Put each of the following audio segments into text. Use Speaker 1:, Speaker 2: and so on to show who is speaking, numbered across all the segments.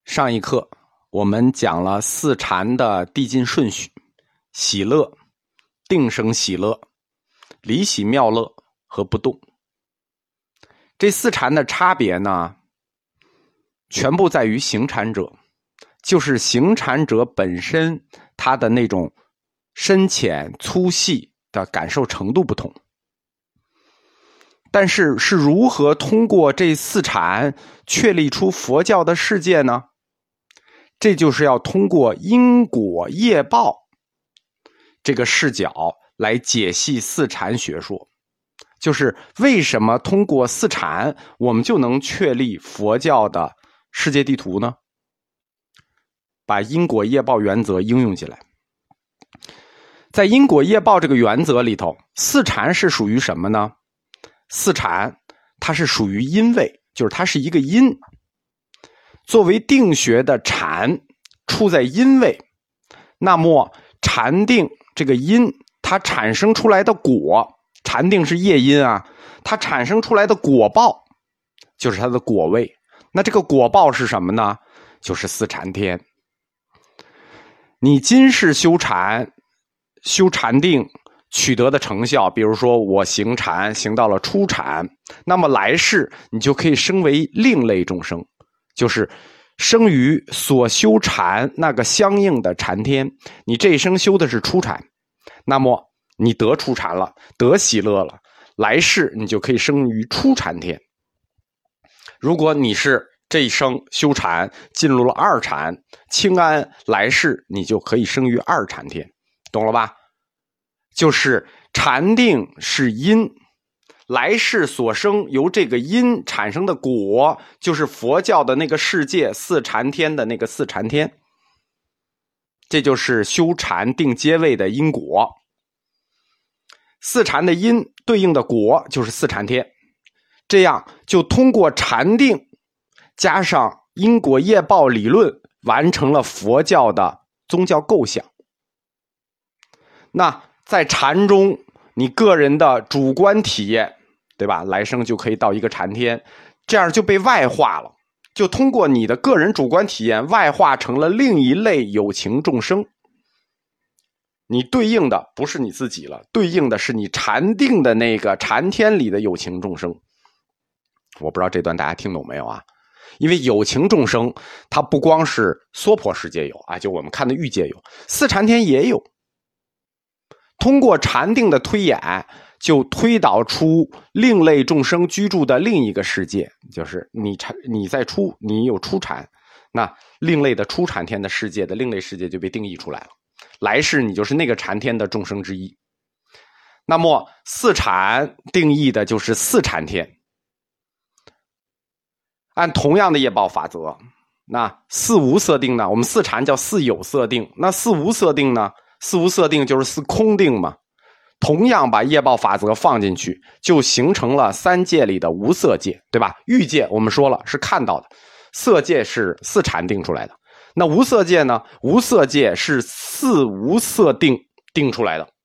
Speaker 1: 上一课我们讲了四禅的递进顺序：喜乐、定生喜乐、离喜妙乐和不动。这四禅的差别呢，全部在于行禅者，就是行禅者本身他的那种深浅粗细的感受程度不同。但是如何通过这四禅确立出佛教的世界呢？这就是要通过因果业报这个视角来解析四禅学说。就是为什么通过四禅我们就能确立佛教的世界地图呢？把因果业报原则应用进来。在因果业报这个原则里头，四禅是属于什么呢？四禅它是属于因位，就是它是一个因。作为定学的禅处在因位，那么禅定这个因它产生出来的果，禅定是业因啊，它产生出来的果报就是它的果位。那这个果报是什么呢？就是四禅天。你今世修禅定取得的成效，比如说我行禅行到了初禅，那么来世你就可以升为另类众生，就是生于所修禅那个相应的禅天。你这一生修的是初禅，那么你得初禅了，得喜乐了，来世你就可以生于初禅天。如果你是这一生修禅进入了二禅清安，来世你就可以生于二禅天，懂了吧？就是禅定是因，来世所生由这个因产生的果，就是佛教的那个世界四禅天的那个四禅天。这就是修禅定阶位的因果。四禅的因对应的果就是四禅天，这样就通过禅定加上因果业报理论，完成了佛教的宗教构想。那在禅中，你个人的主观体验，对吧？来生就可以到一个禅天，这样就被外化了，就通过你的个人主观体验外化成了另一类有情众生。你对应的不是你自己了，对应的是你禅定的那个禅天里的有情众生。我不知道这段大家听懂没有啊？因为有情众生它不光是娑婆世界有啊，就我们看的欲界有，四禅天也有。通过禅定的推演，就推导出另类众生居住的另一个世界，就是你有初禅，那另类的初禅天的世界的另类世界就被定义出来了，来世你就是那个禅天的众生之一。那么四禅定义的就是四禅天。按同样的业报法则，那四无色定呢，我们四禅叫四有色定，那四无色定呢，四无色定就是四空定嘛。同样把业报法则放进去，就形成了三界里的无色界，对吧？欲界我们说了是看到的，色界是四禅定出来的。那无色界呢？无色界是四无色定出来的。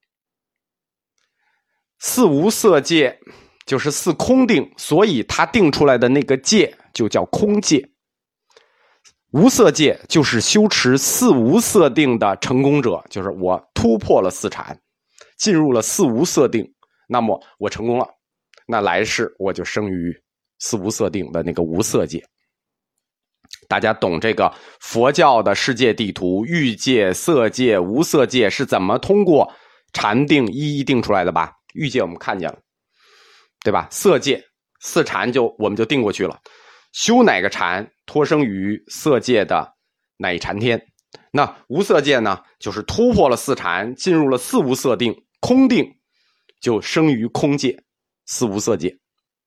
Speaker 1: 四无色界就是四空定，所以它定出来的那个界就叫空界。无色界就是修持四无色定的成功者，就是我突破了四禅，进入了四无色定，那么我成功了，那来世我就生于四无色定的那个无色界。大家懂这个佛教的世界地图，欲界、色界、无色界是怎么通过禅定一一定出来的吧？欲界我们看见了，对吧？色界四禅我们就定过去了，修哪个禅脱生于色界的哪一禅天。那无色界呢，就是突破了四禅，进入了四无色定，空定就生于空界，四无色界。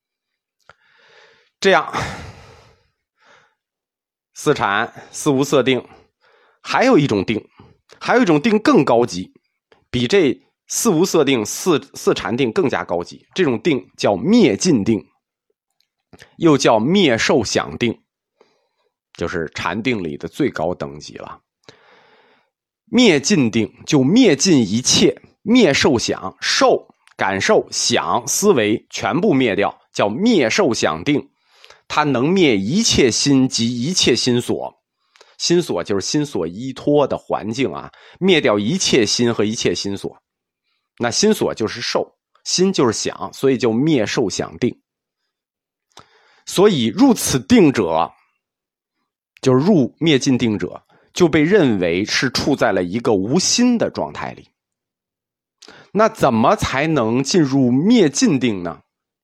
Speaker 1: 这样四禅四无色定，还有一种定更高级，比这四无色定四禅定更加高级。这种定叫灭尽定，又叫灭受想定，就是禅定里的最高等级了。灭尽定就灭尽一切，灭受想，受感受想思维全部灭掉，叫灭受想定。 它能灭一切心及一切心所。心所就是心所依托的环境啊，灭掉一切心和一切心所。那心所就是受，心就是想，所以就灭受想定。所以入此定者，就是入灭尽定者，就被认为是处在了一个无心的状态里。那怎么才能进入灭尽定呢？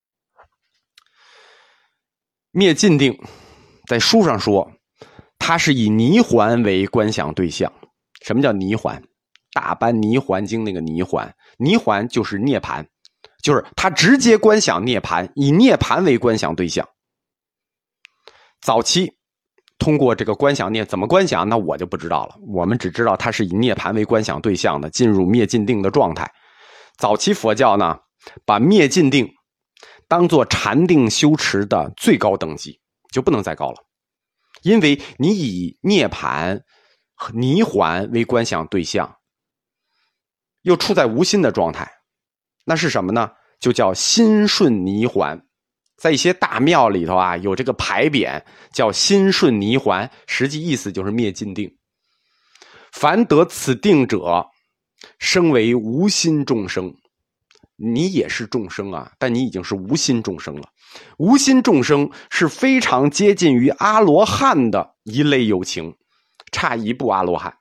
Speaker 1: 灭尽定在书上说，它是以泥环为观想对象。什么叫泥环？大般泥环经那个泥环，泥环就是涅槃，就是它直接观想涅槃，以涅槃为观想对象。早期通过这个观想怎么观想，那我就不知道了，我们只知道它是以涅槃为观想对象的，进入灭尽定的状态。早期佛教呢，把灭尽定当作禅定修持的最高等级，就不能再高了。因为你以涅槃和泥环为观想对象，又处在无心的状态，那是什么呢？就叫心顺泥环。在一些大庙里头啊，有这个牌匾叫心顺泥环，实际意思就是灭尽定。凡得此定者，生为无心众生。你也是众生啊，但你已经是无心众生了。无心众生是非常接近于阿罗汉的一类有情，差一步阿罗汉。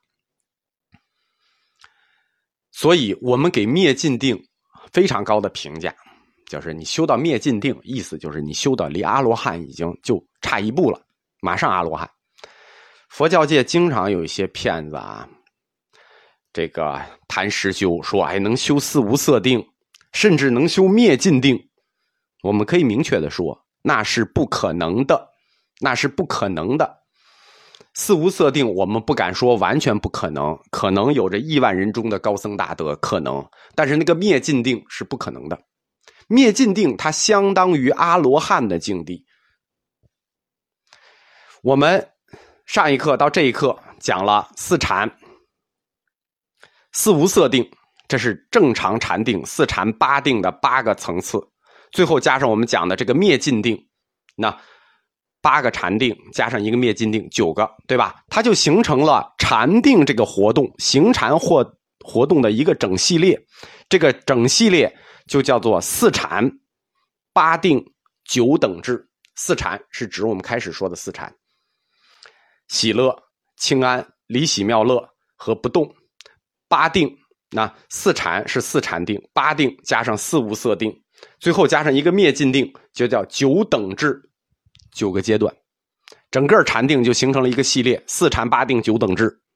Speaker 1: 所以我们给灭尽定非常高的评价，就是你修到灭尽定，意思就是你修到离阿罗汉已经就差一步了，马上阿罗汉。佛教界经常有一些骗子啊，这个谈实修说，哎，能修四无色定，甚至能修灭尽定。我们可以明确的说，那是不可能的，那是不可能的。四无色定我们不敢说完全不可能，可能有着亿万人中的高僧大德可能，但是那个灭尽定是不可能的。灭尽定它相当于阿罗汉的境地。我们上一课到这一课讲了四禅，四无色定，这是正常禅定，四禅八定的8个层次，最后加上我们讲的这个灭尽定，那8个禅定加上一个灭尽定，9个，对吧？它就形成了禅定这个活动，行禅活动的一个整系列。这个整系列就叫做四禅、八定、9等至。四禅是指我们开始说的四禅：喜乐、清安、离喜妙乐和不动。八定，那四禅是四禅定，八定加上四无色定，最后加上一个灭尽定，就叫9等至，9个阶段。整个禅定就形成了一个系列，四禅八定9等至。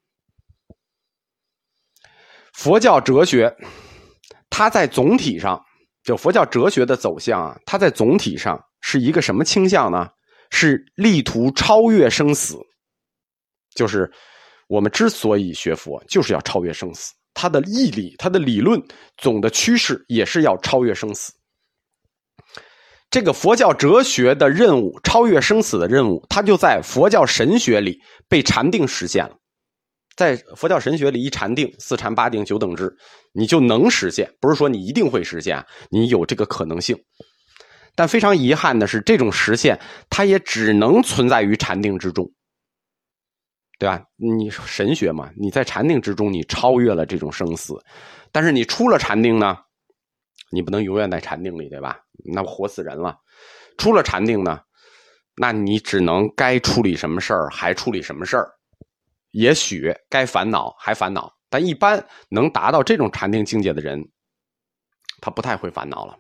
Speaker 1: 佛教哲学它在总体上，就佛教哲学的走向啊，它在总体上是一个什么倾向呢？是力图超越生死。就是我们之所以学佛，就是要超越生死，它的义理，它的理论总的趋势也是要超越生死。这个佛教哲学的任务，超越生死的任务，它就在佛教神学里被禅定实现了。在佛教神学里，一禅定，四禅八定9等至，你就能实现，不是说你一定会实现，你有这个可能性。但非常遗憾的是，这种实现它也只能存在于禅定之中，对吧？你神学嘛，你在禅定之中你超越了这种生死，但是你出了禅定呢，你不能永远在禅定里，对吧？那活死人了。出了禅定呢，那你只能该处理什么事儿还处理什么事儿，也许该烦恼还烦恼，但一般能达到这种禅定境界的人，他不太会烦恼了。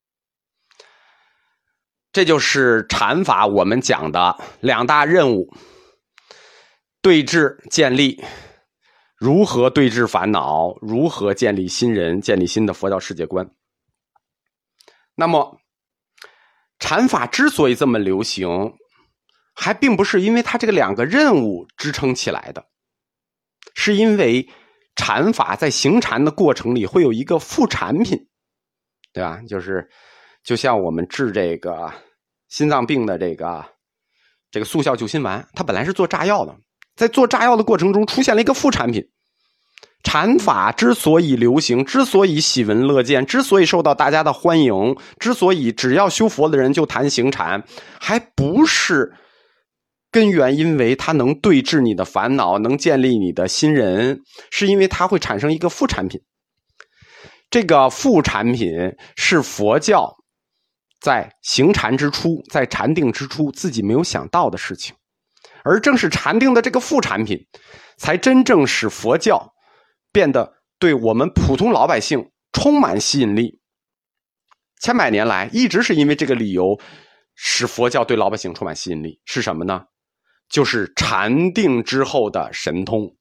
Speaker 1: 这就是禅法我们讲的2大任务：对治建立，如何对治烦恼，如何建立新人，建立新的佛教世界观。那么禅法之所以这么流行，还并不是因为它这个2个任务支撑起来的，是因为禅法在行禅的过程里会有一个副产品，对吧？就像我们治这个心脏病的这个速效救心丸，它本来是做炸药的，在做炸药的过程中出现了一个副产品， 禅法之所以流行，之所以喜闻乐见，之所以受到大家的欢迎，之所以只要修佛的人就谈行禅，还不是根源因为它能对治你的烦恼，能建立你的心人，是因为它会产生一个副产品。这个副产品是佛教在行禅之初，在禅定之初自己没有想到的事情，而正是禅定的这个副产品，才真正使佛教变得对我们普通老百姓充满吸引力。千百年来一直是因为这个理由使佛教对老百姓充满吸引力，是什么呢？就是禅定之后的神通。